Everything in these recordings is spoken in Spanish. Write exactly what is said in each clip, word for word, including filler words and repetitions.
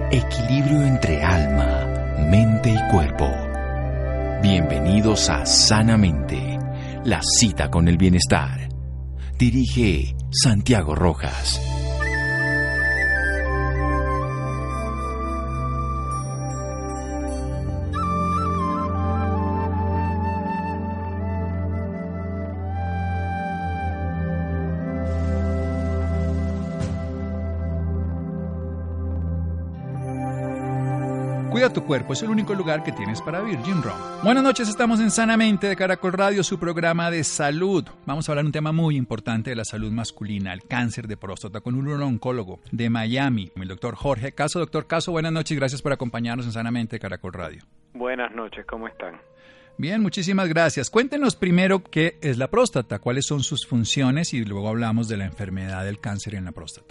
Equilibrio entre alma, mente y cuerpo. Bienvenidos a Sanamente, la cita con el bienestar. Dirige Santiago Rojas. Cuida tu cuerpo, es el único lugar que tienes para vivir. Jim Rohn. Buenas noches, estamos en Sanamente de Caracol Radio, su programa de salud. Vamos a hablar de un tema muy importante de la salud masculina, el cáncer de próstata, con un urooncólogo de Miami, el doctor Jorge Caso. Doctor Caso, buenas noches y gracias por acompañarnos en Sanamente de Caracol Radio. Buenas noches, ¿cómo están? Bien, muchísimas gracias. Cuéntenos primero qué es la próstata, cuáles son sus funciones y luego hablamos de la enfermedad del cáncer en la próstata.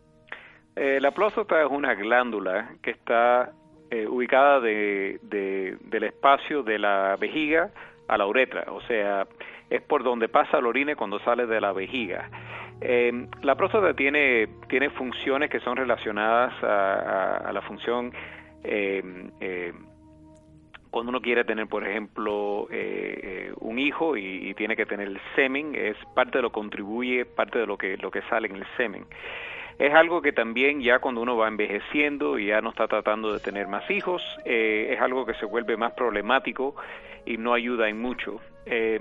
Eh, la próstata es una glándula que está Eh, ubicada de, de, del espacio de la vejiga a la uretra, o sea, es por donde pasa la orina cuando sale de la vejiga. Eh, la próstata tiene, tiene funciones que son relacionadas a, a, a la función eh, eh, cuando uno quiere tener, por ejemplo, eh, eh, un hijo y, y tiene que tener el semen, es parte de lo que contribuye, parte de lo que, lo que sale en el semen. Es algo que también ya cuando uno va envejeciendo y ya no está tratando de tener más hijos, eh, es algo que se vuelve más problemático y no ayuda en mucho. Eh,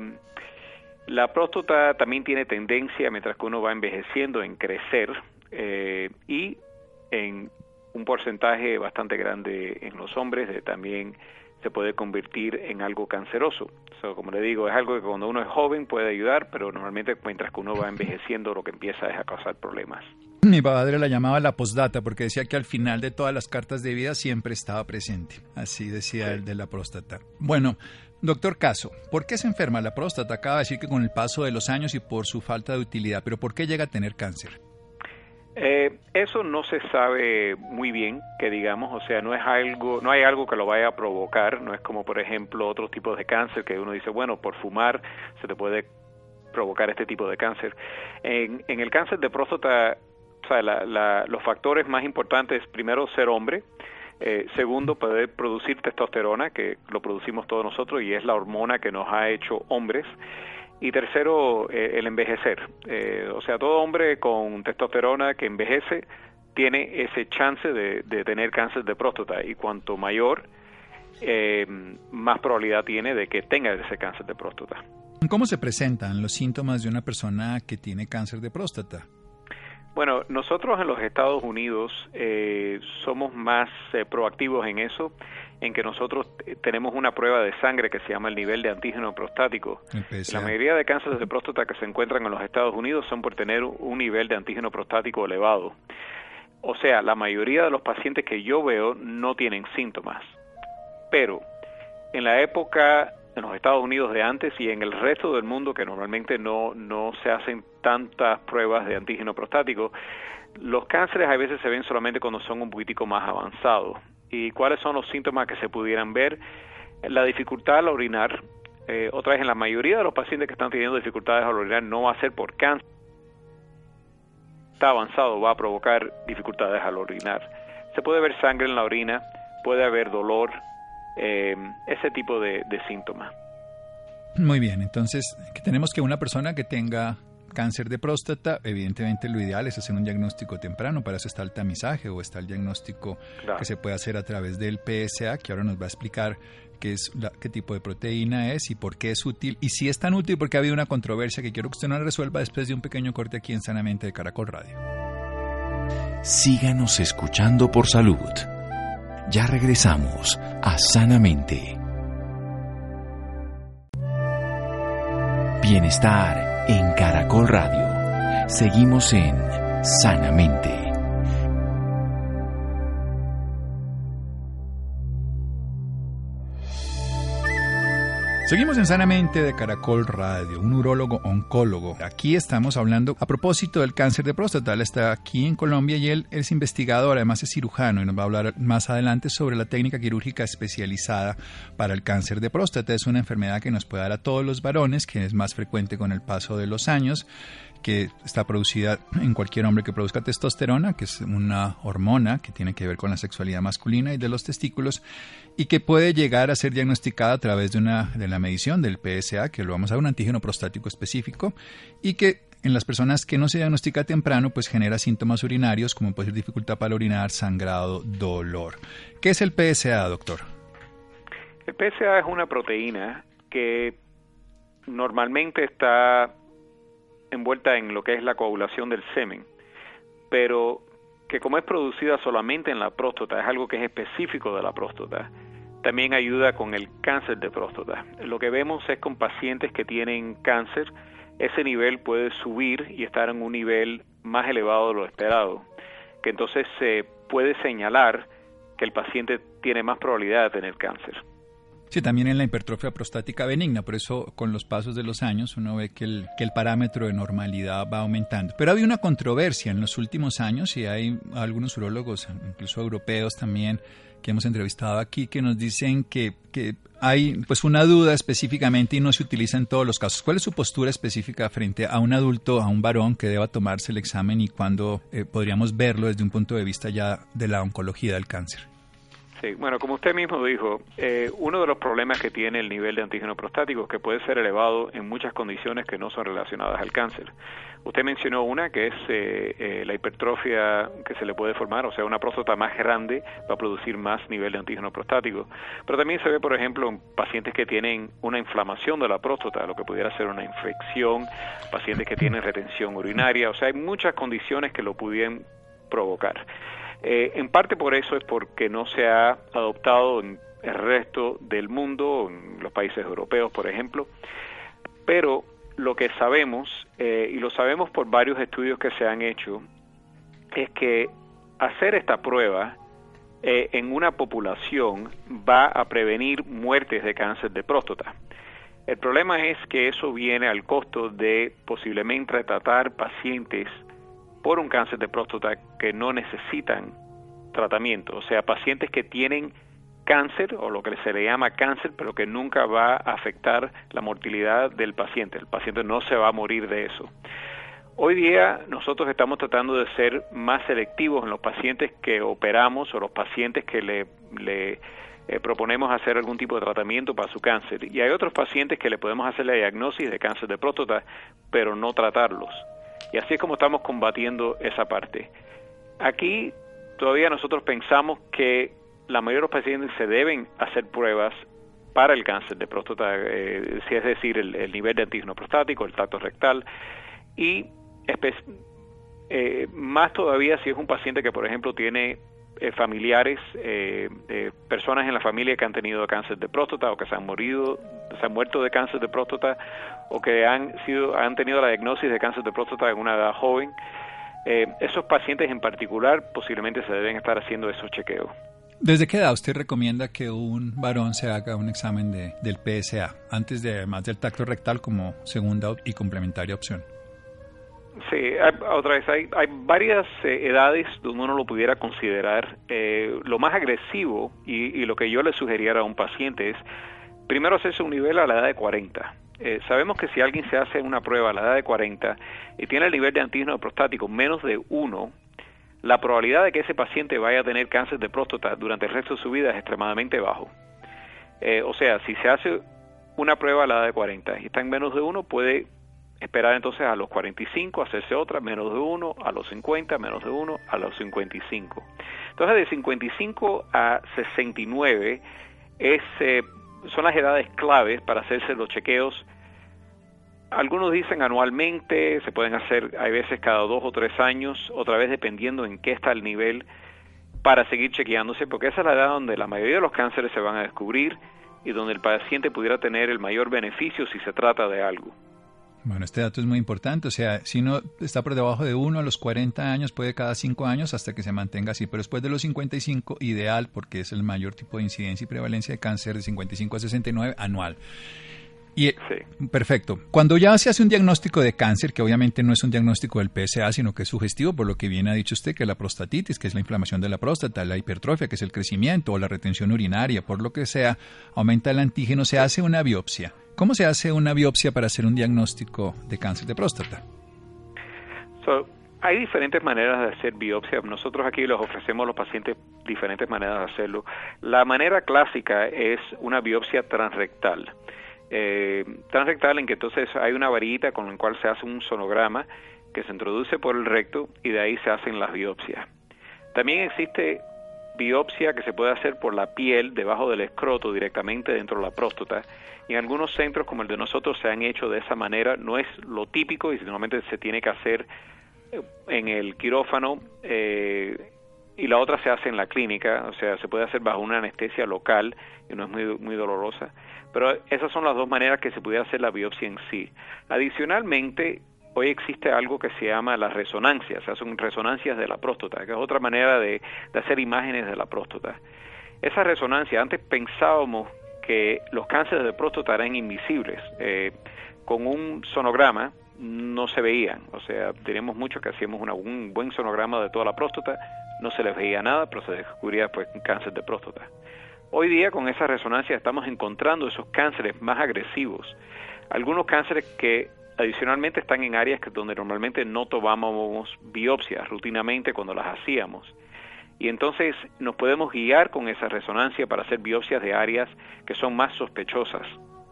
la próstata también tiene tendencia, mientras que uno va envejeciendo, en crecer eh, y en un porcentaje bastante grande en los hombres de también se puede convertir en algo canceroso. So, como le digo, es algo que cuando uno es joven puede ayudar, pero normalmente mientras que uno va envejeciendo lo que empieza es a causar problemas. Mi padre la llamaba la postdata porque decía que al final de todas las cartas de vida siempre estaba presente. Así decía el de la próstata. Bueno, doctor Caso, ¿por qué se enferma la próstata? Acaba de decir que con el paso de los años y por su falta de utilidad, pero ¿por qué llega a tener cáncer? Eh, eso no se sabe muy bien, que digamos, o sea, no es algo, no hay algo que lo vaya a provocar, no es como por ejemplo otros tipos de cáncer que uno dice, bueno, por fumar se te puede provocar este tipo de cáncer. En, en el cáncer de próstata, o sea, la, la, los factores más importantes, primero, ser hombre, eh, segundo, poder producir testosterona, que lo producimos todos nosotros y es la hormona que nos ha hecho hombres, y tercero, eh, el envejecer. Eh, o sea, todo hombre con testosterona que envejece tiene ese chance de, de tener cáncer de próstata, y cuanto mayor, eh, más probabilidad tiene de que tenga ese cáncer de próstata. ¿Cómo se presentan los síntomas de una persona que tiene cáncer de próstata? Bueno, nosotros en los Estados Unidos eh, somos más eh, proactivos en eso, en que nosotros tenemos una prueba de sangre que se llama el nivel de antígeno prostático. La mayoría de cánceres de próstata que se encuentran en los Estados Unidos son por tener un nivel de antígeno prostático elevado. O sea, la mayoría de los pacientes que yo veo no tienen síntomas, pero en la época en los Estados Unidos de antes y en el resto del mundo, que normalmente no, no se hacen tantas pruebas de antígeno prostático, los cánceres a veces se ven solamente cuando son un poquitico más avanzados. ¿Y cuáles son los síntomas que se pudieran ver? La dificultad al orinar. Eh, otra vez, en la mayoría de los pacientes que están teniendo dificultades al orinar no va a ser por cáncer. Está avanzado, va a provocar dificultades al orinar. Se puede ver sangre en la orina, puede haber dolor, Eh, ese tipo de, de síntomas. Muy bien, entonces que tenemos que una persona que tenga cáncer de próstata, evidentemente lo ideal es hacer un diagnóstico temprano. Para eso está el tamizaje o está el diagnóstico claro, que se puede hacer a través del P S A, que ahora nos va a explicar qué es la, qué tipo de proteína es y por qué es útil, y si es tan útil, porque ha habido una controversia que quiero que usted nos resuelva después de un pequeño corte aquí en Sanamente de Caracol Radio. Síganos escuchando por salud. Ya regresamos a Sanamente. Bienestar en Caracol Radio. Seguimos en Sanamente. Seguimos en Sanamente de Caracol Radio, un urólogo oncólogo. Aquí estamos hablando a propósito del cáncer de próstata. Él está aquí en Colombia y él es investigador, además es cirujano, y nos va a hablar más adelante sobre la técnica quirúrgica especializada para el cáncer de próstata. Es una enfermedad que nos puede dar a todos los varones, que es más frecuente con el paso de los años, que está producida en cualquier hombre que produzca testosterona, que es una hormona que tiene que ver con la sexualidad masculina y de los testículos, y que puede llegar a ser diagnosticada a través de una de la medición del P S A, que lo vamos a dar un antígeno prostático específico, y que en las personas que no se diagnostica temprano, pues genera síntomas urinarios como puede ser dificultad para orinar, sangrado, dolor. ¿Qué es el P S A, doctor? El P S A es una proteína que normalmente está envuelta en lo que es la coagulación del semen, pero que como es producida solamente en la próstata, es algo que es específico de la próstata, también ayuda con el cáncer de próstata. Lo que vemos es con pacientes que tienen cáncer, ese nivel puede subir y estar en un nivel más elevado de lo esperado, que entonces se puede señalar que el paciente tiene más probabilidad de tener cáncer. Sí, también en la hipertrofia prostática benigna, por eso con los pasos de los años uno ve que el, que el parámetro de normalidad va aumentando. Pero había una controversia en los últimos años y hay algunos urólogos, incluso europeos también, que hemos entrevistado aquí, que nos dicen que, que hay pues una duda específicamente y no se utiliza en todos los casos. ¿Cuál es su postura específica frente a un adulto, a un varón que deba tomarse el examen y cuándo eh, podríamos verlo desde un punto de vista ya de la oncología del cáncer? Sí, bueno, como usted mismo dijo, eh, uno de los problemas que tiene el nivel de antígeno prostático es que puede ser elevado en muchas condiciones que no son relacionadas al cáncer. Usted mencionó una que es eh, eh, la hipertrofia que se le puede formar, o sea, una próstata más grande va a producir más nivel de antígeno prostático. Pero también se ve, por ejemplo, en pacientes que tienen una inflamación de la próstata, lo que pudiera ser una infección, pacientes que tienen retención urinaria, o sea, hay muchas condiciones que lo pudieran provocar. Eh, en parte por eso es porque no se ha adoptado en el resto del mundo, en los países europeos, por ejemplo, pero lo que sabemos, eh, y lo sabemos por varios estudios que se han hecho, es que hacer esta prueba eh, en una población va a prevenir muertes de cáncer de próstata. El problema es que eso viene al costo de posiblemente tratar pacientes por un cáncer de próstata que no necesitan tratamiento, o sea, pacientes que tienen cáncer o lo que se le llama cáncer, pero que nunca va a afectar la mortalidad del paciente. El paciente no se va a morir de eso. Hoy día nosotros estamos tratando de ser más selectivos en los pacientes que operamos o los pacientes que le, le eh, proponemos hacer algún tipo de tratamiento para su cáncer. Y hay otros pacientes que le podemos hacer la diagnosis de cáncer de próstata, pero no tratarlos. Y así es como estamos combatiendo esa parte. Aquí todavía nosotros pensamos que la mayoría de los pacientes se deben hacer pruebas para el cáncer de próstata, eh, si es decir, el, el nivel de antígeno prostático, el tracto rectal, y eh, más todavía si es un paciente que, por ejemplo, tiene eh, familiares, eh, eh, personas en la familia que han tenido cáncer de próstata o que se han morido, se han muerto de cáncer de próstata o que han sido han tenido la diagnosis de cáncer de próstata en una edad joven. Eh, esos pacientes en particular posiblemente se deben estar haciendo esos chequeos. ¿Desde qué edad usted recomienda que un varón se haga un examen de, del P S A, antes de además del tracto rectal como segunda y complementaria opción? Sí, hay, otra vez, hay, hay varias eh, edades donde uno lo pudiera considerar. Eh, lo más agresivo y, y lo que yo le sugeriera a un paciente es primero hacerse un nivel a la edad de cuarenta. Eh, sabemos que si alguien se hace una prueba a la edad de cuarenta y tiene el nivel de antígeno prostático menos de uno, la probabilidad de que ese paciente vaya a tener cáncer de próstata durante el resto de su vida es extremadamente bajo. Eh, o sea, si se hace una prueba a la edad de cuarenta y está en menos de uno, puede esperar entonces a los cuarenta y cinco, hacerse otra, menos de uno, a los cincuenta, menos de uno, a los cincuenta y cinco. Entonces, de cincuenta y cinco a sesenta y nueve es, eh, son las edades claves para hacerse los chequeos. Algunos dicen anualmente, se pueden hacer, hay veces cada dos o tres años, otra vez dependiendo en qué está el nivel, para seguir chequeándose, porque esa es la edad donde la mayoría de los cánceres se van a descubrir y donde el paciente pudiera tener el mayor beneficio si se trata de algo. Bueno, este dato es muy importante, o sea, si no está por debajo de uno a los cuarenta años, puede cada cinco años hasta que se mantenga así, pero después de los cincuenta y cinco, ideal, porque es el mayor tipo de incidencia y prevalencia de cáncer de cincuenta y cinco a sesenta y nueve anual. Y, sí. Perfecto. Cuando ya se hace un diagnóstico de cáncer, que obviamente no es un diagnóstico del P S A, sino que es sugestivo, por lo que bien ha dicho usted, que es la prostatitis, que es la inflamación de la próstata, la hipertrofia, que es el crecimiento, o la retención urinaria, por lo que sea, aumenta el antígeno, se hace una biopsia. ¿Cómo se hace una biopsia para hacer un diagnóstico de cáncer de próstata? So, hay diferentes maneras de hacer biopsia. Nosotros aquí les ofrecemos a los pacientes diferentes maneras de hacerlo. La manera clásica es una biopsia transrectal. Eh, transrectal en que entonces hay una varita con la cual se hace un sonograma que se introduce por el recto y de ahí se hacen las biopsias. También existe biopsia que se puede hacer por la piel debajo del escroto directamente dentro de la próstata. Y en algunos centros como el de nosotros se han hecho de esa manera. No es lo típico y normalmente se tiene que hacer en el quirófano eh, y la otra se hace en la clínica, o sea, se puede hacer bajo una anestesia local y no es muy, muy dolorosa. Pero esas son las dos maneras que se puede hacer la biopsia en sí. Adicionalmente, hoy existe algo que se llama la resonancia, o sea, son resonancias de la próstata, que es otra manera de, de hacer imágenes de la próstata. Esa resonancia, antes pensábamos que los cánceres de próstata eran invisibles. Eh, con un sonograma no se veían, o sea, teníamos muchos que hacíamos una, un buen sonograma de toda la próstata, no se les veía nada, pero se descubría pues un cáncer de próstata. Hoy día con esa resonancia estamos encontrando esos cánceres más agresivos, algunos cánceres que adicionalmente están en áreas que donde normalmente no tomábamos biopsias rutinamente cuando las hacíamos. Y entonces nos podemos guiar con esa resonancia para hacer biopsias de áreas que son más sospechosas.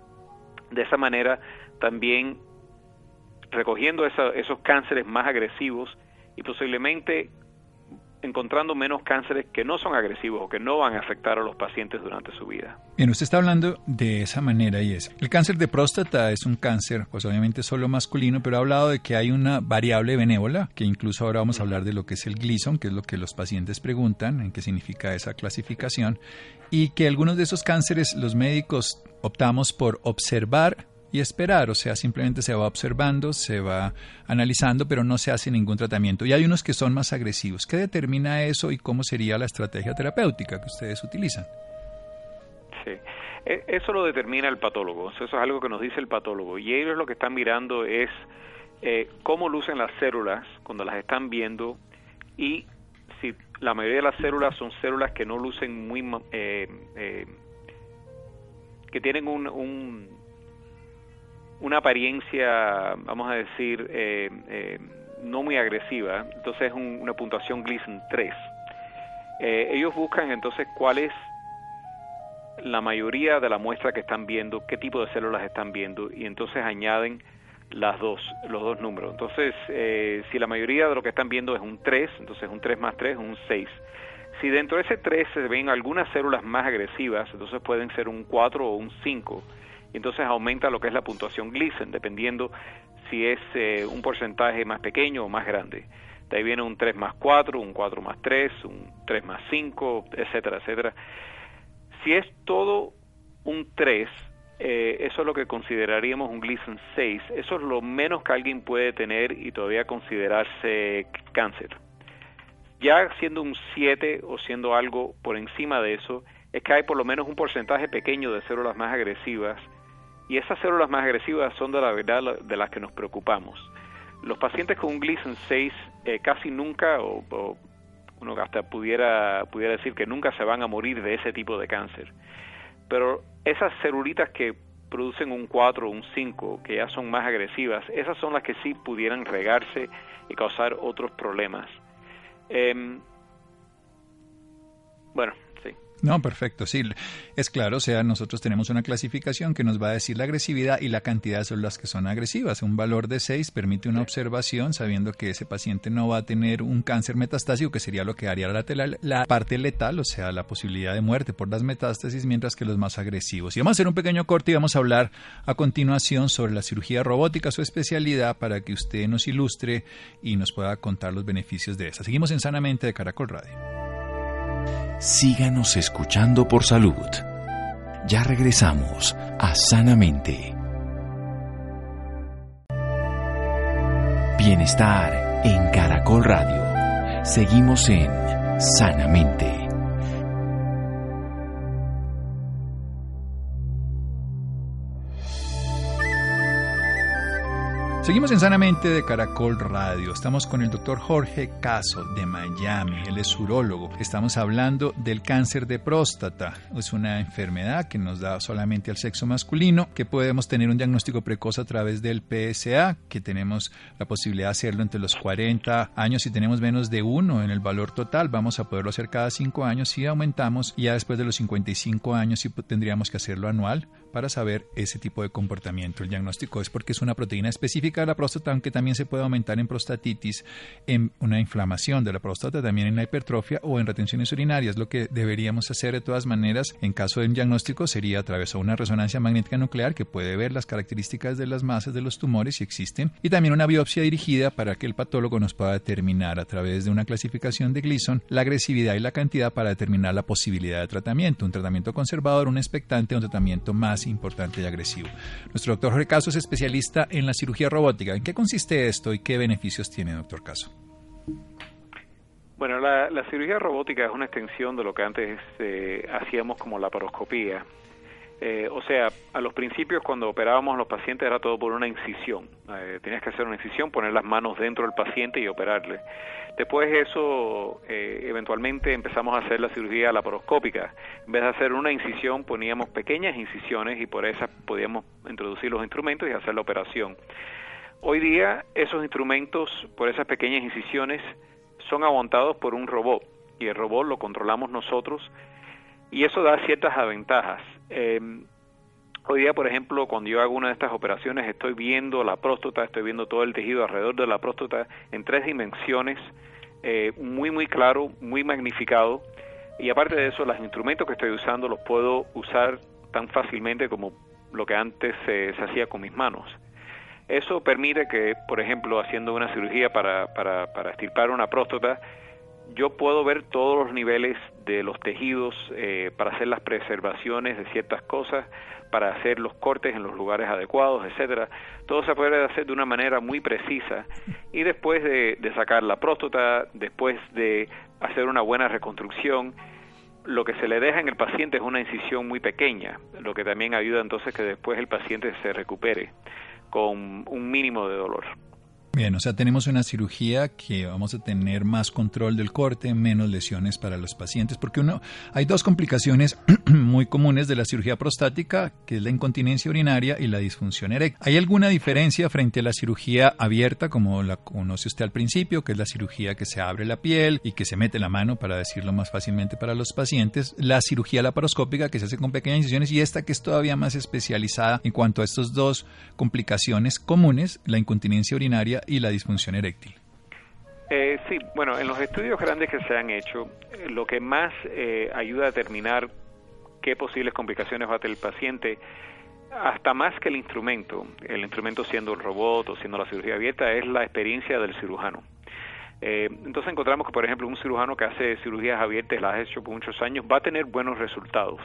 De esa manera también recogiendo esa, esos cánceres más agresivos y posiblemente encontrando menos cánceres que no son agresivos o que no van a afectar a los pacientes durante su vida. Bien, usted está hablando de esa manera y es. El cáncer de próstata es un cáncer, pues obviamente solo masculino, pero ha hablado de que hay una variable benévola, que incluso ahora vamos a hablar de lo que es el Gleason, que es lo que los pacientes preguntan, en qué significa esa clasificación, y que algunos de esos cánceres los médicos optamos por observar y esperar, o sea, simplemente se va observando, se va analizando, pero no se hace ningún tratamiento. Y hay unos que son más agresivos. ¿Qué determina eso y cómo sería la estrategia terapéutica que ustedes utilizan? Sí, eso lo determina el patólogo, eso es algo que nos dice el patólogo, y ellos lo que están mirando es eh, cómo lucen las células cuando las están viendo, y si la mayoría de las células son células que no lucen muy, eh, eh, que tienen un... un una apariencia, vamos a decir, eh, eh, no muy agresiva, entonces es un, una puntuación Gleason tres. Eh, ellos buscan entonces cuál es la mayoría de la muestra que están viendo, qué tipo de células están viendo, y entonces añaden las dos, los dos números. Entonces, eh, si la mayoría de lo que están viendo es un tres, entonces un tres más tres es un seis. Si dentro de ese tres se ven algunas células más agresivas, entonces pueden ser un cuatro o un cinco. Entonces aumenta lo que es la puntuación Gleason, dependiendo si es eh, un porcentaje más pequeño o más grande. De ahí viene un tres más cuatro, un cuatro más tres, un tres más cinco, etcétera, etcétera. Si es todo un tres, eh, eso es lo que consideraríamos un Gleason seis. Eso es lo menos que alguien puede tener y todavía considerarse cáncer. Ya siendo un siete o siendo algo por encima de eso, es que hay por lo menos un porcentaje pequeño de células más agresivas. Y esas células más agresivas son de la verdad de las que nos preocupamos. Los pacientes con un Gleason seis eh, casi nunca, o, o uno hasta pudiera, pudiera decir que nunca se van a morir de ese tipo de cáncer. Pero esas celulitas que producen un cuatro o un cinco, que ya son más agresivas, esas son las que sí pudieran regarse y causar otros problemas. Eh, bueno, sí. No, perfecto, sí, es claro, o sea, nosotros tenemos una clasificación que nos va a decir la agresividad y la cantidad de células que son agresivas. Un valor de seis permite una observación sabiendo que ese paciente no va a tener un cáncer metastásico, que sería lo que haría la, la parte letal, o sea, la posibilidad de muerte por las metástasis, mientras que los más agresivos. Y vamos a hacer un pequeño corte y vamos a hablar a continuación sobre la cirugía robótica, su especialidad, para que usted nos ilustre y nos pueda contar los beneficios de esa. Seguimos en Sanamente de Caracol Radio. Síganos escuchando por salud. Ya regresamos a Sanamente. Bienestar en Caracol Radio. Seguimos en Sanamente. Seguimos en Sanamente de Caracol Radio. Estamos con el doctor Jorge Caso de Miami. Él es urólogo. Estamos hablando del cáncer de próstata. Es una enfermedad que nos da solamente al sexo masculino, que podemos tener un diagnóstico precoz a través del P S A, que tenemos la posibilidad de hacerlo entre los cuarenta años. Si tenemos menos de uno en el valor total, vamos a poderlo hacer cada cinco años. Si aumentamos, ya después de los cincuenta y cinco años, sí tendríamos que hacerlo anual para saber ese tipo de comportamiento. El diagnóstico es porque es una proteína específica de la próstata, aunque también se puede aumentar en prostatitis, en una inflamación de la próstata, también en la hipertrofia o en retenciones urinarias. Lo que deberíamos hacer de todas maneras en caso de un diagnóstico sería a través de una resonancia magnética nuclear que puede ver las características de las masas de los tumores si existen, y también una biopsia dirigida para que el patólogo nos pueda determinar a través de una clasificación de Gleason la agresividad y la cantidad para determinar la posibilidad de tratamiento, un tratamiento conservador, un expectante, un tratamiento más importante y agresivo. Nuestro doctor Jorge Caso es especialista en la cirugía robótica. ¿En qué consiste esto y qué beneficios tiene, doctor Caso? Bueno, la, la cirugía robótica es una extensión de lo que antes eh, hacíamos como laparoscopía. Eh, o sea, a los principios cuando operábamos a los pacientes era todo por una incisión. Eh, tenías que hacer una incisión, poner las manos dentro del paciente y operarle. Después de eso, eh, eventualmente empezamos a hacer la cirugía laparoscópica. En vez de hacer una incisión, poníamos pequeñas incisiones y por esas podíamos introducir los instrumentos y hacer la operación. Hoy día, esos instrumentos, por esas pequeñas incisiones, son aguantados por un robot y el robot lo controlamos nosotros y eso da ciertas ventajas. Eh, hoy día, por ejemplo, cuando yo hago una de estas operaciones, estoy viendo la próstata, estoy viendo todo el tejido alrededor de la próstata en tres dimensiones, eh, muy, muy claro, muy magnificado, y aparte de eso, los instrumentos que estoy usando los puedo usar tan fácilmente como lo que antes eh, se hacía con mis manos. Eso permite que, por ejemplo, haciendo una cirugía para, para, para extirpar una próstata, yo puedo ver todos los niveles de los tejidos eh, para hacer las preservaciones de ciertas cosas, para hacer los cortes en los lugares adecuados, etcétera. Todo se puede hacer de una manera muy precisa y después de, de sacar la próstata, después de hacer una buena reconstrucción, lo que se le deja en el paciente es una incisión muy pequeña, lo que también ayuda entonces que después el paciente se recupere con un mínimo de dolor. Bien, o sea, tenemos una cirugía que vamos a tener más control del corte, menos lesiones para los pacientes, porque uno, hay dos complicaciones muy comunes de la cirugía prostática, que es la incontinencia urinaria y la disfunción eréctil. ¿Hay alguna diferencia frente a la cirugía abierta, como la conoce usted al principio, que es la cirugía que se abre la piel y que se mete la mano, para decirlo más fácilmente para los pacientes, la cirugía laparoscópica que se hace con pequeñas incisiones, y esta que es todavía más especializada en cuanto a estas dos complicaciones comunes, la incontinencia urinaria y la disfunción eréctil? Eh, sí, bueno, en los estudios grandes que se han hecho, eh, lo que más eh, ayuda a determinar qué posibles complicaciones va a tener el paciente, hasta más que el instrumento, el instrumento siendo el robot o siendo la cirugía abierta, es la experiencia del cirujano. Eh, entonces encontramos que, por ejemplo, un cirujano que hace cirugías abiertas, las ha hecho por muchos años, va a tener buenos resultados,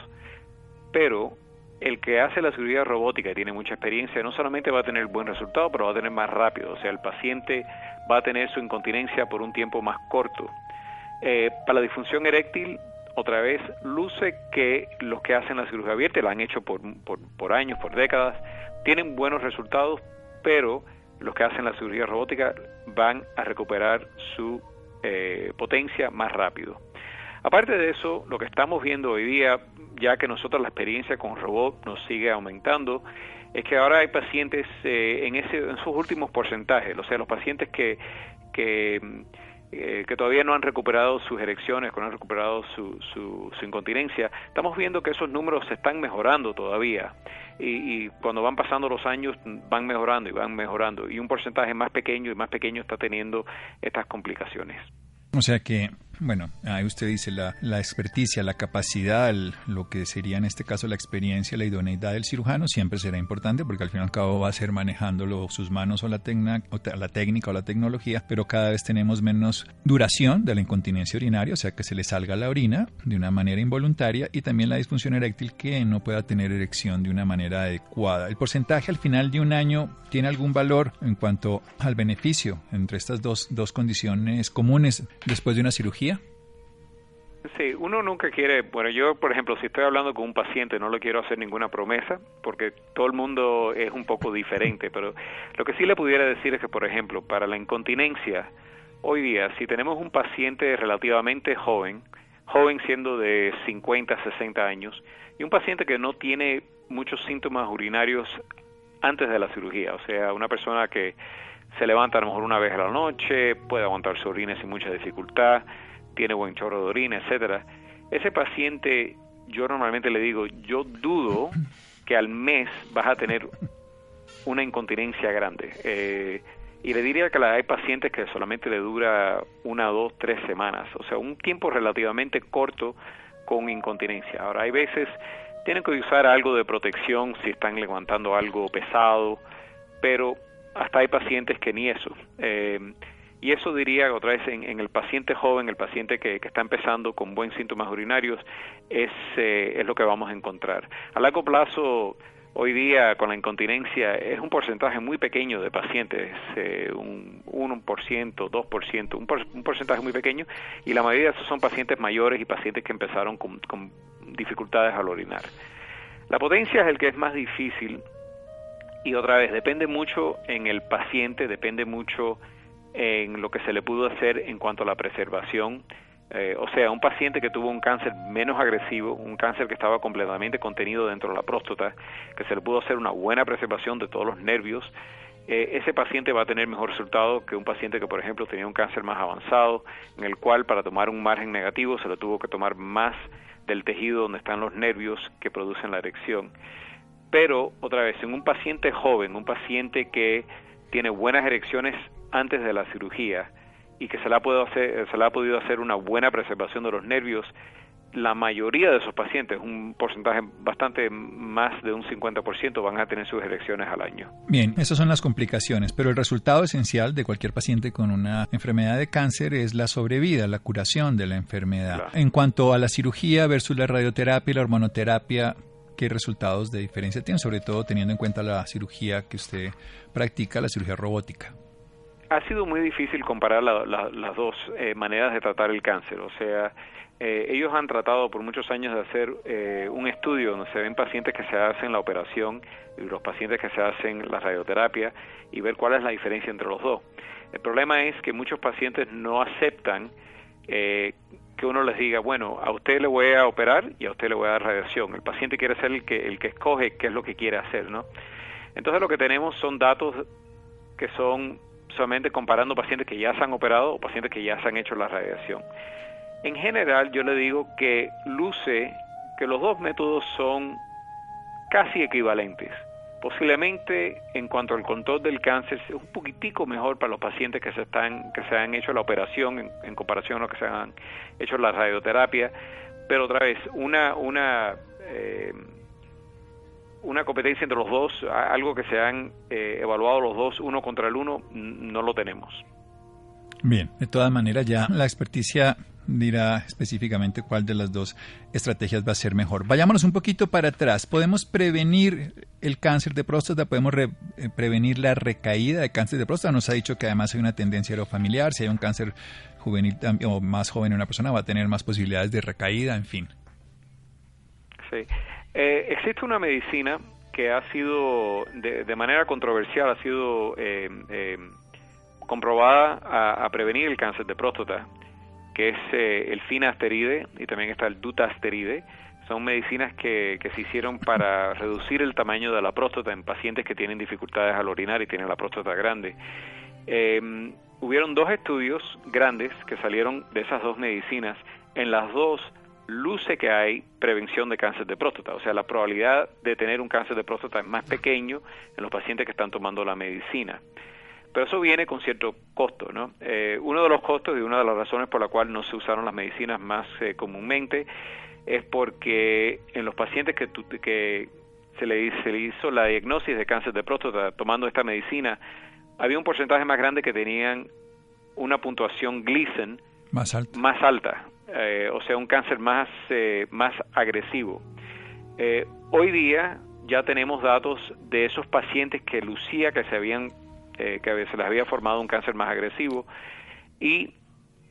pero el que hace la cirugía robótica y tiene mucha experiencia no solamente va a tener buen resultado, pero va a tener más rápido. O sea, el paciente va a tener su incontinencia por un tiempo más corto. Eh, para la disfunción eréctil, otra vez, luce que los que hacen la cirugía abierta, la han hecho por, por, por años, por décadas, tienen buenos resultados, pero los que hacen la cirugía robótica van a recuperar su eh, potencia más rápido. Aparte de eso, lo que estamos viendo hoy día, ya que nosotros la experiencia con robot nos sigue aumentando, es que ahora hay pacientes eh, en ese en sus últimos porcentajes, o sea, los pacientes que que, eh, que todavía no han recuperado sus erecciones, que no han recuperado su, su, su incontinencia, estamos viendo que esos números se están mejorando todavía, y, y cuando van pasando los años van mejorando y van mejorando, y un porcentaje más pequeño y más pequeño está teniendo estas complicaciones. O sea que, bueno, ahí usted dice la, la experticia, la capacidad, el, lo que sería en este caso la experiencia, la idoneidad del cirujano siempre será importante, porque al fin y al cabo va a ser manejándolo sus manos o la, tecna, o te, la técnica o la tecnología, pero cada vez tenemos menos duración de la incontinencia urinaria, o sea que se le salga la orina de una manera involuntaria, y también la disfunción eréctil, que no pueda tener erección de una manera adecuada. ¿El porcentaje al final de un año tiene algún valor en cuanto al beneficio entre estas dos, dos condiciones comunes después de una cirugía? Sí, uno nunca quiere, bueno, yo por ejemplo, si estoy hablando con un paciente no le quiero hacer ninguna promesa porque todo el mundo es un poco diferente, pero lo que sí le pudiera decir es que, por ejemplo, para la incontinencia, hoy día, si tenemos un paciente relativamente joven, joven siendo de cincuenta, sesenta años, y un paciente que no tiene muchos síntomas urinarios antes de la cirugía, o sea, una persona que se levanta a lo mejor una vez a la noche, puede aguantar su orina sin mucha dificultad, tiene buen chorro de orina, etcétera. Ese paciente, yo normalmente le digo, yo dudo que al mes vas a tener una incontinencia grande. Eh, y le diría que hay pacientes que solamente le dura una, dos, tres semanas, o sea, un tiempo relativamente corto con incontinencia. Ahora, hay veces tienen que usar algo de protección si están levantando algo pesado, pero hasta hay pacientes que ni eso. Eh, Y eso diría otra vez en, en el paciente joven, el paciente que, que está empezando con buenos síntomas urinarios, es, eh, es lo que vamos a encontrar. A largo plazo, hoy día con la incontinencia es un porcentaje muy pequeño de pacientes, eh, un uno por ciento, dos por ciento, un, por, un porcentaje muy pequeño, y la mayoría de esos son pacientes mayores y pacientes que empezaron con, con dificultades al orinar. La potencia es el que es más difícil y otra vez depende mucho en el paciente, depende mucho en lo que se le pudo hacer en cuanto a la preservación, eh, o sea, un paciente que tuvo un cáncer menos agresivo, un cáncer que estaba completamente contenido dentro de la próstata, que se le pudo hacer una buena preservación de todos los nervios, eh, ese paciente va a tener mejor resultado que un paciente que, por ejemplo, tenía un cáncer más avanzado, en el cual para tomar un margen negativo se le tuvo que tomar más del tejido donde están los nervios que producen la erección. Pero, otra vez, en un paciente joven, un paciente que tiene buenas erecciones antes de la cirugía y que se le ha podido hacer, se le ha podido hacer una buena preservación de los nervios, la mayoría de esos pacientes, un porcentaje bastante más de un cincuenta por ciento, van a tener sus erecciones al año. Bien, esas son las complicaciones, pero el resultado esencial de cualquier paciente con una enfermedad de cáncer es la sobrevida, la curación de la enfermedad. Claro. En cuanto a la cirugía versus la radioterapia y la hormonoterapia, ¿qué resultados de diferencia tienen? Sobre todo teniendo en cuenta la cirugía que usted practica, la cirugía robótica. Ha sido muy difícil comparar la, la, las dos eh, maneras de tratar el cáncer. O sea, eh, ellos han tratado por muchos años de hacer eh, un estudio donde se ven pacientes que se hacen la operación y los pacientes que se hacen la radioterapia y ver cuál es la diferencia entre los dos. El problema es que muchos pacientes no aceptan eh, que uno les diga, bueno, a usted le voy a operar y a usted le voy a dar radiación. El paciente quiere ser el que, el que escoge qué es lo que quiere hacer, ¿no? Entonces lo que tenemos son datos que son solamente comparando pacientes que ya se han operado o pacientes que ya se han hecho la radiación. En general, yo le digo que luce que los dos métodos son casi equivalentes. Posiblemente, en cuanto al control del cáncer, es un poquitico mejor para los pacientes que se están que se han hecho la operación en, en comparación a los que se han hecho la radioterapia. Pero otra vez, una una eh, una competencia entre los dos, algo que se han eh, evaluado los dos uno contra el uno, no lo tenemos. Bien, de todas maneras ya la experticia dirá específicamente cuál de las dos estrategias va a ser mejor. Vayámonos un poquito para atrás. ¿Podemos prevenir el cáncer de próstata? ¿Podemos re, eh, prevenir la recaída de cáncer de próstata? Nos ha dicho que además hay una tendencia aerofamiliar. Si hay un cáncer juvenil o más joven en una persona, va a tener más posibilidades de recaída, en fin. Sí. Eh, existe una medicina que ha sido, de, de manera controversial, ha sido eh, eh, comprobada a, a prevenir el cáncer de próstata, que es eh, el finasteride y también está el dutasteride. Son medicinas que, que se hicieron para reducir el tamaño de la próstata en pacientes que tienen dificultades al orinar y tienen la próstata grande. Eh, hubieron dos estudios grandes que salieron de esas dos medicinas. En las dos luce que hay prevención de cáncer de próstata, o sea, la probabilidad de tener un cáncer de próstata es más pequeño en los pacientes que están tomando la medicina. Pero eso viene con cierto costo, ¿no? Eh, uno de los costos y una de las razones por la cual no se usaron las medicinas más eh, comúnmente es porque en los pacientes que, tu, que se, le, se le hizo la diagnosis de cáncer de próstata tomando esta medicina, había un porcentaje más grande que tenían una puntuación Gleason más alta. Más alta. Eh, o sea, un cáncer más, eh, más agresivo. Eh, hoy día ya tenemos datos de esos pacientes que lucía que se habían, eh, que se les había formado un cáncer más agresivo y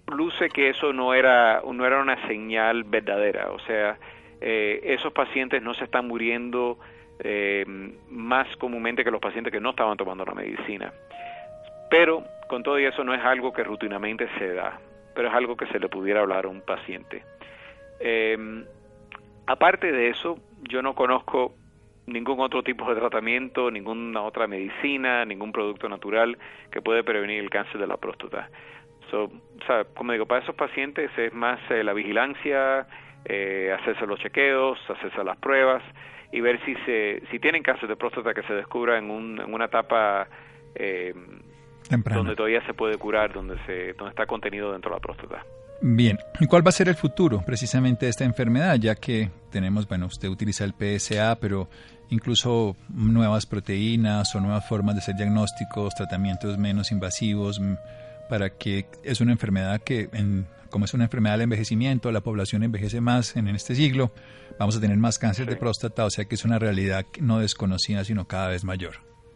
luce que eso no era, no era una señal verdadera. O sea, eh, esos pacientes no se están muriendo eh, más comúnmente que los pacientes que no estaban tomando la medicina. Pero con todo eso no es algo que rutinamente se da, pero es algo que se le pudiera hablar a un paciente. Eh, aparte de eso, yo no conozco ningún otro tipo de tratamiento, ninguna otra medicina, ningún producto natural que puede prevenir el cáncer de la próstata. So, o sea, como digo, para esos pacientes es más eh, la vigilancia, eh, hacerse los chequeos, hacerse las pruebas y ver si se si tienen cáncer de próstata que se descubra en, un, en una etapa eh, donde todavía se puede curar, donde se donde está contenido dentro de la próstata. Bien, ¿y cuál va a ser el futuro precisamente de esta enfermedad? Ya que tenemos, bueno, usted utiliza el P S A, pero incluso nuevas proteínas o nuevas formas de hacer diagnósticos, tratamientos menos invasivos, para que es una enfermedad que, en, como es una enfermedad del envejecimiento, la población envejece más en este siglo, vamos a tener más cáncer sí. de próstata, o sea que es una realidad no desconocida, sino cada vez mayor.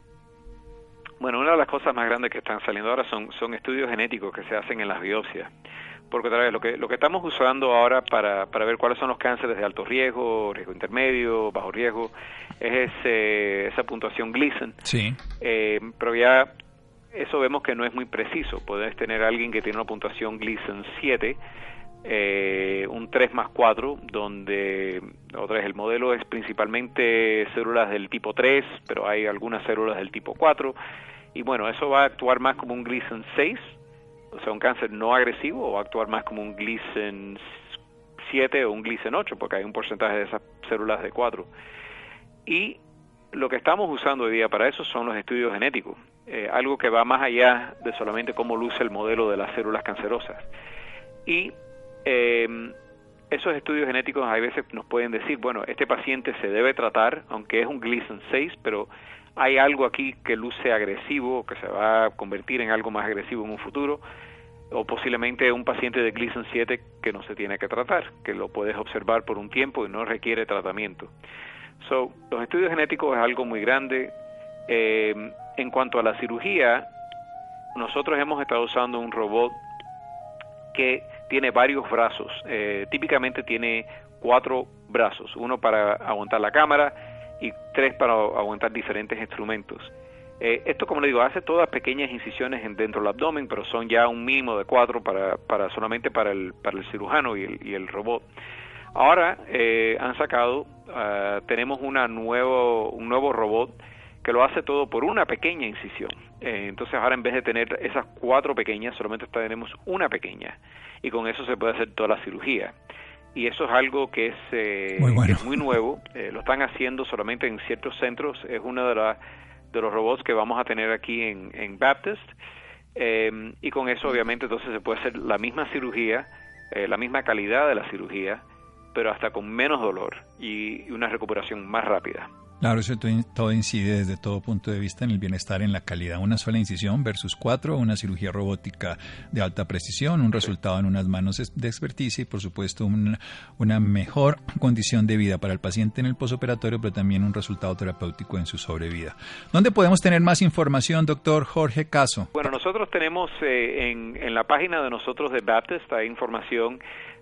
Bueno, una de las cosas más grandes que están saliendo ahora son, son estudios genéticos que se hacen en las biopsias. Porque otra vez, lo que, lo que estamos usando ahora para, para ver cuáles son los cánceres de alto riesgo, riesgo intermedio, bajo riesgo, es ese, esa puntuación Gleason. Sí. Eh, pero ya eso vemos que no es muy preciso. Puedes tener a alguien que tiene una puntuación Gleason siete, eh, un tres más cuatro, donde otra vez el modelo es principalmente células del tipo tres, pero hay algunas células del tipo cuatro. Y bueno, eso va a actuar más como un Gleason seis, o sea, un cáncer no agresivo, o va a actuar más como un Gleason siete o un Gleason ocho, porque hay un porcentaje de esas células de cuatro. Y lo que estamos usando hoy día para eso son los estudios genéticos, eh, algo que va más allá de solamente cómo luce el modelo de las células cancerosas. Y eh, esos estudios genéticos a veces nos pueden decir, bueno, este paciente se debe tratar, aunque es un Gleason seis, pero hay algo aquí que luce agresivo, que se va a convertir en algo más agresivo en un futuro, o posiblemente un paciente de Gleason siete que no se tiene que tratar, que lo puedes observar por un tiempo y no requiere tratamiento. So, los estudios genéticos es algo muy grande. Eh, en cuanto a la cirugía, nosotros hemos estado usando un robot que tiene varios brazos. Eh, típicamente tiene cuatro brazos, uno para aguantar la cámara y tres para aguantar diferentes instrumentos. Eh, esto, como le digo, hace todas pequeñas incisiones en, dentro del abdomen, pero son ya un mínimo de cuatro para, para solamente para el, para el cirujano y el, y el robot. Ahora eh, han sacado, uh, tenemos una nuevo, un nuevo robot que lo hace todo por una pequeña incisión. Eh, entonces ahora en vez de tener esas cuatro pequeñas, solamente tenemos una pequeña. Y con eso se puede hacer toda la cirugía. Y eso es algo que es, eh, muy, bueno. que es muy nuevo, eh, lo están haciendo solamente en ciertos centros, es uno de, la, de los robots que vamos a tener aquí en, en Baptist, eh, y con eso obviamente entonces se puede hacer la misma cirugía, eh, la misma calidad de la cirugía, pero hasta con menos dolor y una recuperación más rápida. Claro, eso todo incide desde todo punto de vista en el bienestar, en la calidad. Una sola incisión versus cuatro, una cirugía robótica de alta precisión, un resultado en unas manos de experticia y, por supuesto, una, una mejor condición de vida para el paciente en el posoperatorio, pero también un resultado terapéutico en su sobrevida. ¿Dónde podemos tener más información, doctor Jorge Caso? Bueno, nosotros tenemos eh, en, en la página de nosotros de Baptist hay información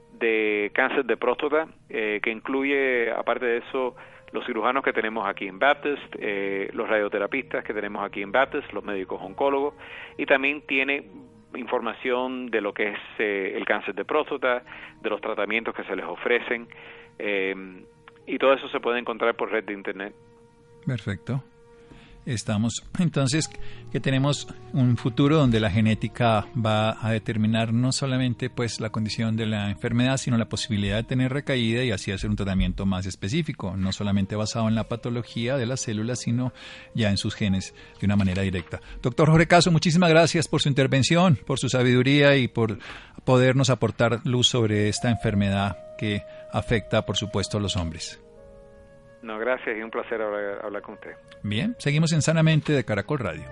de cáncer de próstata, eh, que incluye, aparte de eso, los cirujanos que tenemos aquí en Baptist, eh, los radioterapistas que tenemos aquí en Baptist, los médicos oncólogos, y también tiene información de lo que es eh, el cáncer de próstata, de los tratamientos que se les ofrecen, eh, y todo eso se puede encontrar por red de internet. Perfecto. Estamos entonces que tenemos un futuro donde la genética va a determinar no solamente pues la condición de la enfermedad, sino la posibilidad de tener recaída y así hacer un tratamiento más específico, no solamente basado en la patología de las células, sino ya en sus genes de una manera directa. Doctor Jorge Caso, muchísimas gracias por su intervención, por su sabiduría y por podernos aportar luz sobre esta enfermedad que afecta, por supuesto, a los hombres. No, gracias y un placer hablar, hablar con usted. Bien, seguimos en Sanamente de Caracol Radio.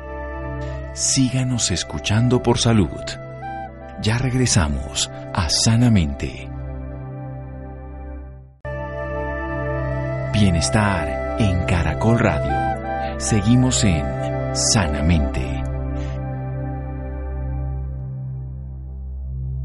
Síganos escuchando por salud. Ya regresamos a Sanamente. Bienestar en Caracol Radio. Seguimos en Sanamente.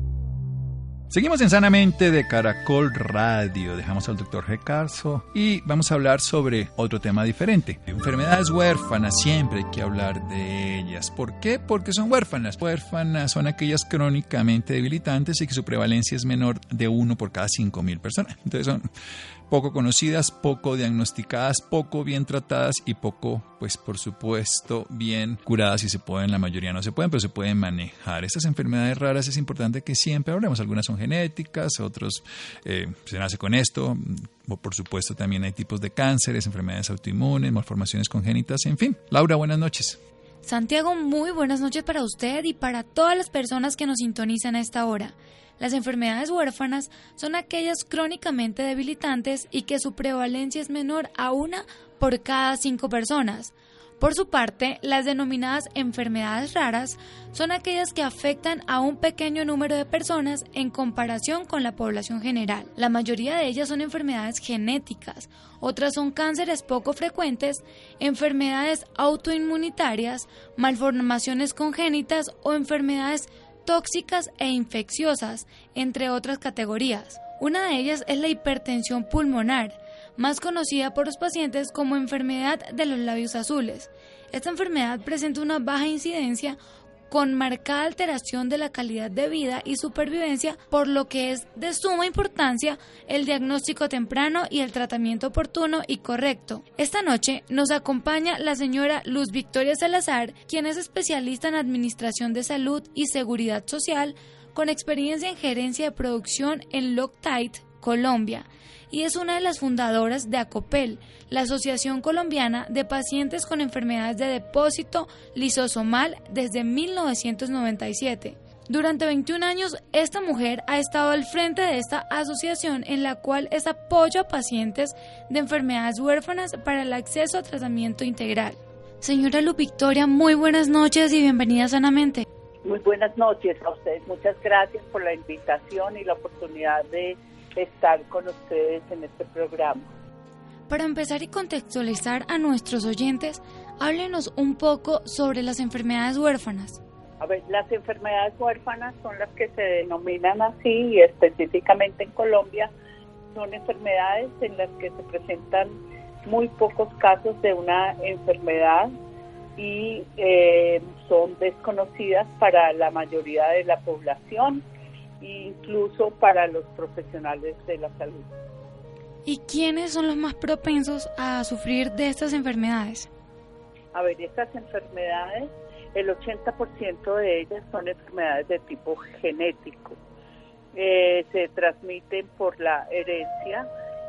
Seguimos en Sanamente de Caracol Radio. Dejamos al doctor Recarzo y vamos a hablar sobre otro tema diferente. Enfermedades huérfanas, siempre hay que hablar de ellas. ¿Por qué? Porque son huérfanas. Huérfanas son aquellas crónicamente debilitantes y que su prevalencia es menor de uno por cada cinco mil personas. Entonces son poco conocidas, poco diagnosticadas, poco bien tratadas y poco, pues por supuesto, bien curadas. Si se pueden, la mayoría no se pueden, pero se pueden manejar. Estas enfermedades raras es importante que siempre hablemos. Algunas son genéticas, otros eh, se nace con esto. Por supuesto, también hay tipos de cánceres, enfermedades autoinmunes, malformaciones congénitas, en fin. Laura, buenas noches. Santiago, muy buenas noches para usted y para todas las personas que nos sintonizan a esta hora. Las enfermedades huérfanas son aquellas crónicamente debilitantes y que su prevalencia es menor a una por cada cinco personas. Por su parte, las denominadas enfermedades raras son aquellas que afectan a un pequeño número de personas en comparación con la población general. La mayoría de ellas son enfermedades genéticas, otras son cánceres poco frecuentes, enfermedades autoinmunitarias, malformaciones congénitas o enfermedades tóxicas e infecciosas, entre otras categorías. Una de ellas es la hipertensión pulmonar, más conocida por los pacientes como enfermedad de los labios azules. Esta enfermedad presenta una baja incidencia con marcada alteración de la calidad de vida y supervivencia, por lo que es de suma importancia el diagnóstico temprano y el tratamiento oportuno y correcto. Esta noche nos acompaña la señora Luz Victoria Salazar, quien es especialista en Administración de Salud y Seguridad Social, con experiencia en gerencia de producción en Loctite, Colombia, y es una de las fundadoras de ACOPEL, la Asociación Colombiana de Pacientes con Enfermedades de Depósito Lisosomal, desde mil novecientos noventa y siete. Durante veintiún años, esta mujer ha estado al frente de esta asociación, en la cual es apoyo a pacientes de enfermedades huérfanas para el acceso a tratamiento integral. Señora Luz Victoria, muy buenas noches y bienvenida a Sanamente. Muy buenas noches a ustedes. Muchas gracias por la invitación y la oportunidad de estar con ustedes en este programa. Para empezar y contextualizar a nuestros oyentes, háblenos un poco sobre las enfermedades huérfanas. A ver, las enfermedades huérfanas son las que se denominan así, y específicamente en Colombia son enfermedades en las que se presentan muy pocos casos de una enfermedad y eh, son desconocidas para la mayoría de la población, incluso para los profesionales de la salud. ¿Y quiénes son los más propensos a sufrir de estas enfermedades? A ver, estas enfermedades, el ochenta por ciento de ellas son enfermedades de tipo genético. Eh, se transmiten por la herencia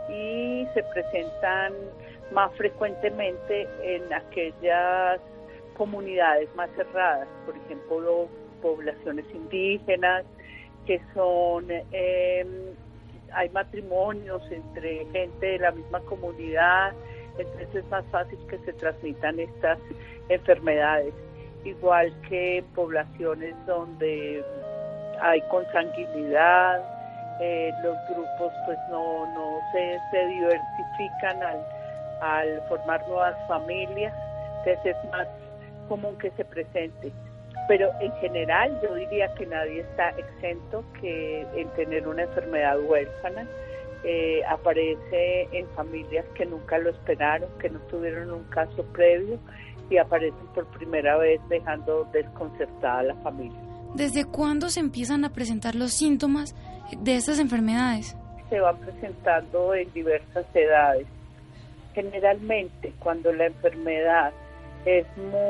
y se presentan más frecuentemente en aquellas comunidades más cerradas, por ejemplo, poblaciones indígenas, que son, eh, hay matrimonios entre gente de la misma comunidad, entonces es más fácil que se transmitan estas enfermedades, igual que en poblaciones donde hay consanguinidad, eh, los grupos pues no, no se, se diversifican al, al formar nuevas familias, entonces es más común que se presente. Pero en general yo diría que nadie está exento que en tener una enfermedad huérfana. Eh, aparece en familias que nunca lo esperaron, que no tuvieron un caso previo y aparecen por primera vez dejando desconcertada a la familia. ¿Desde cuándo se empiezan a presentar los síntomas de estas enfermedades? Se van presentando en diversas edades. Generalmente cuando la enfermedad es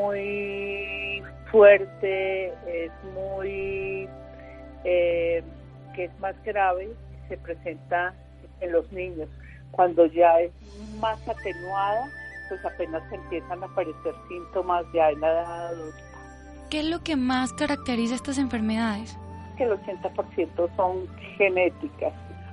muy fuerte, es muy, eh, que es más grave, se presenta en los niños. Cuando ya es más atenuada, pues apenas empiezan a aparecer síntomas ya en la edad adulta. ¿Qué es lo que más caracteriza estas enfermedades? Que el ochenta por ciento son genéticas.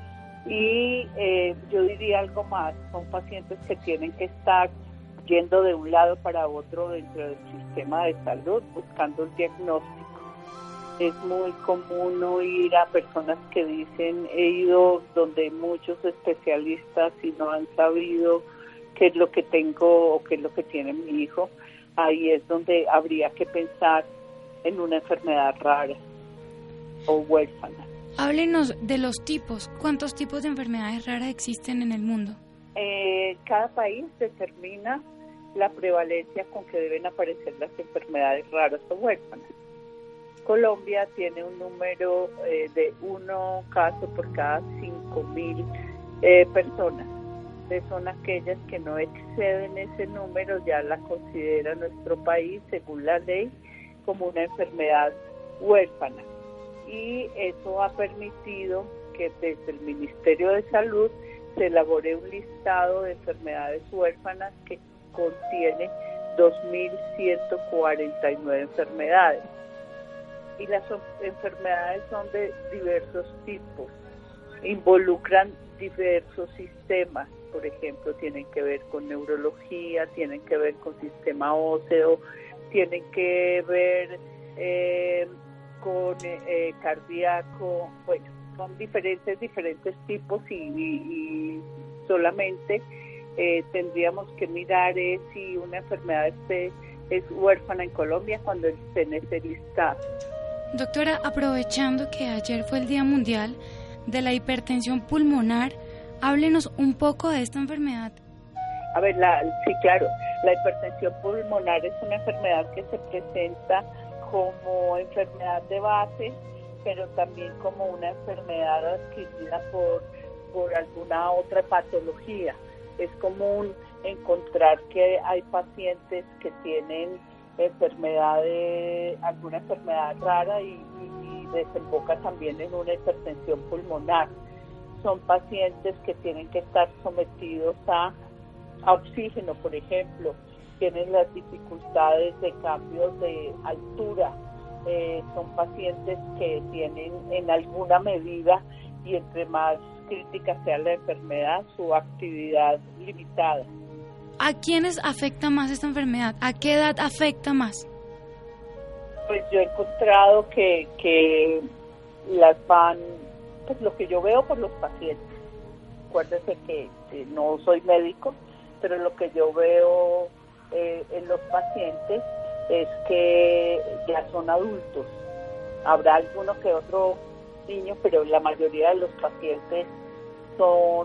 Y eh, yo diría algo más, son pacientes que tienen que estar yendo de un lado para otro dentro del sistema de salud, buscando el diagnóstico. Es muy común oír a personas que dicen, he ido donde muchos especialistas y no han sabido qué es lo que tengo o qué es lo que tiene mi hijo. Ahí es donde habría que pensar en una enfermedad rara o huérfana. Háblenos de los tipos. ¿Cuántos tipos de enfermedades raras existen en el mundo? Eh, cada país determina la prevalencia con que deben aparecer las enfermedades raras o huérfanas. Colombia tiene un número eh, de uno caso por cada cinco mil eh, personas. Entonces son aquellas que no exceden ese número, ya la considera nuestro país, según la ley, como una enfermedad huérfana. Y eso ha permitido que desde el Ministerio de Salud se elabore un listado de enfermedades huérfanas que contiene dos mil ciento cuarenta y nueve enfermedades. Y las enfermedades son de diversos tipos, involucran diversos sistemas, por ejemplo, tienen que ver con neurología, tienen que ver con sistema óseo, tienen que ver eh, con eh, cardíaco, bueno, son diferentes, diferentes tipos y, y, y solamente eh, tendríamos que mirar eh, si una enfermedad esté, es huérfana en Colombia cuando esté en ese listado. Doctora, aprovechando que ayer fue el Día Mundial de la Hipertensión Pulmonar, háblenos un poco de esta enfermedad. A ver, la, sí, claro, la hipertensión pulmonar es una enfermedad que se presenta como enfermedad de base, pero también como una enfermedad adquirida por, por alguna otra patología. Es común encontrar que hay pacientes que tienen enfermedades, alguna enfermedad rara y, y, y desemboca también en una hipertensión pulmonar. Son pacientes que tienen que estar sometidos a, a oxígeno, por ejemplo, tienen las dificultades de cambios de altura, eh, son pacientes que tienen en alguna medida, y entre más crítica sea la enfermedad, su actividad limitada. ¿A quiénes afecta más esta enfermedad? ¿A qué edad afecta más? Pues yo he encontrado que, que las van, pues lo que yo veo por los pacientes. Acuérdense que, que no soy médico, pero lo que yo veo eh, en los pacientes es que ya son adultos. Habrá alguno que otro niño, pero la mayoría de los pacientes son,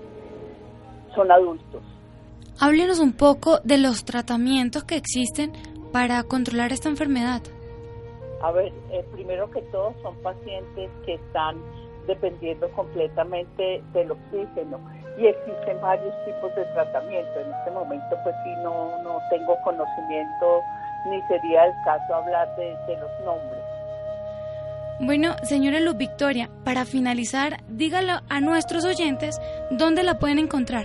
son adultos. Háblenos un poco de los tratamientos que existen para controlar esta enfermedad. A ver, eh, primero que todo son pacientes que están dependiendo completamente del oxígeno y existen varios tipos de tratamiento. En este momento pues sí no, no tengo conocimiento ni sería el caso hablar de, de los nombres. Bueno, señora Luz Victoria, para finalizar, dígale a nuestros oyentes dónde la pueden encontrar.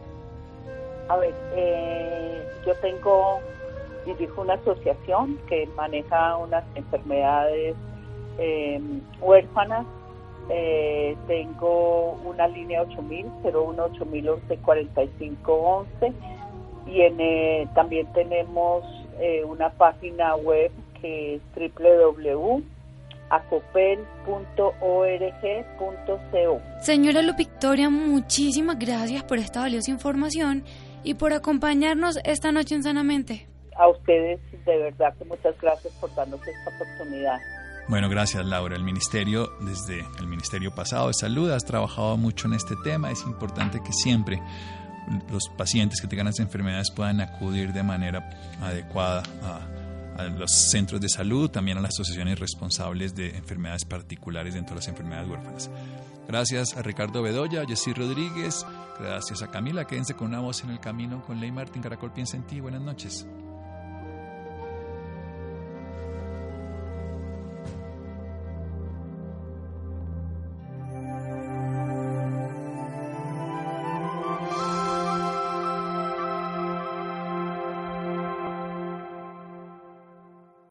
A ver, eh, yo tengo, dirijo una asociación que maneja unas enfermedades eh, huérfanas. Eh, tengo una línea ocho mil, cero uno ocho mil once cuarenta y cinco once y en, eh, también tenemos eh, una página web que es doble u doble u doble u punto acopel punto org punto co. Señora Luz Victoria, muchísimas gracias por esta valiosa información y por acompañarnos esta noche en Sanamente. A ustedes, de verdad, que muchas gracias por darnos esta oportunidad. Bueno, gracias, Laura. El Ministerio, desde el Ministerio pasado de Salud, has trabajado mucho en este tema. Es importante que siempre los pacientes que tengan las enfermedades puedan acudir de manera adecuada a, a los centros de salud, también a las asociaciones responsables de enfermedades particulares dentro de las enfermedades huérfanas. Gracias a Ricardo Bedoya, a Jessy Rodríguez, gracias a Camila. Quédense con Una Voz en el Camino con Ley Martín. Caracol piensa en ti. Buenas noches.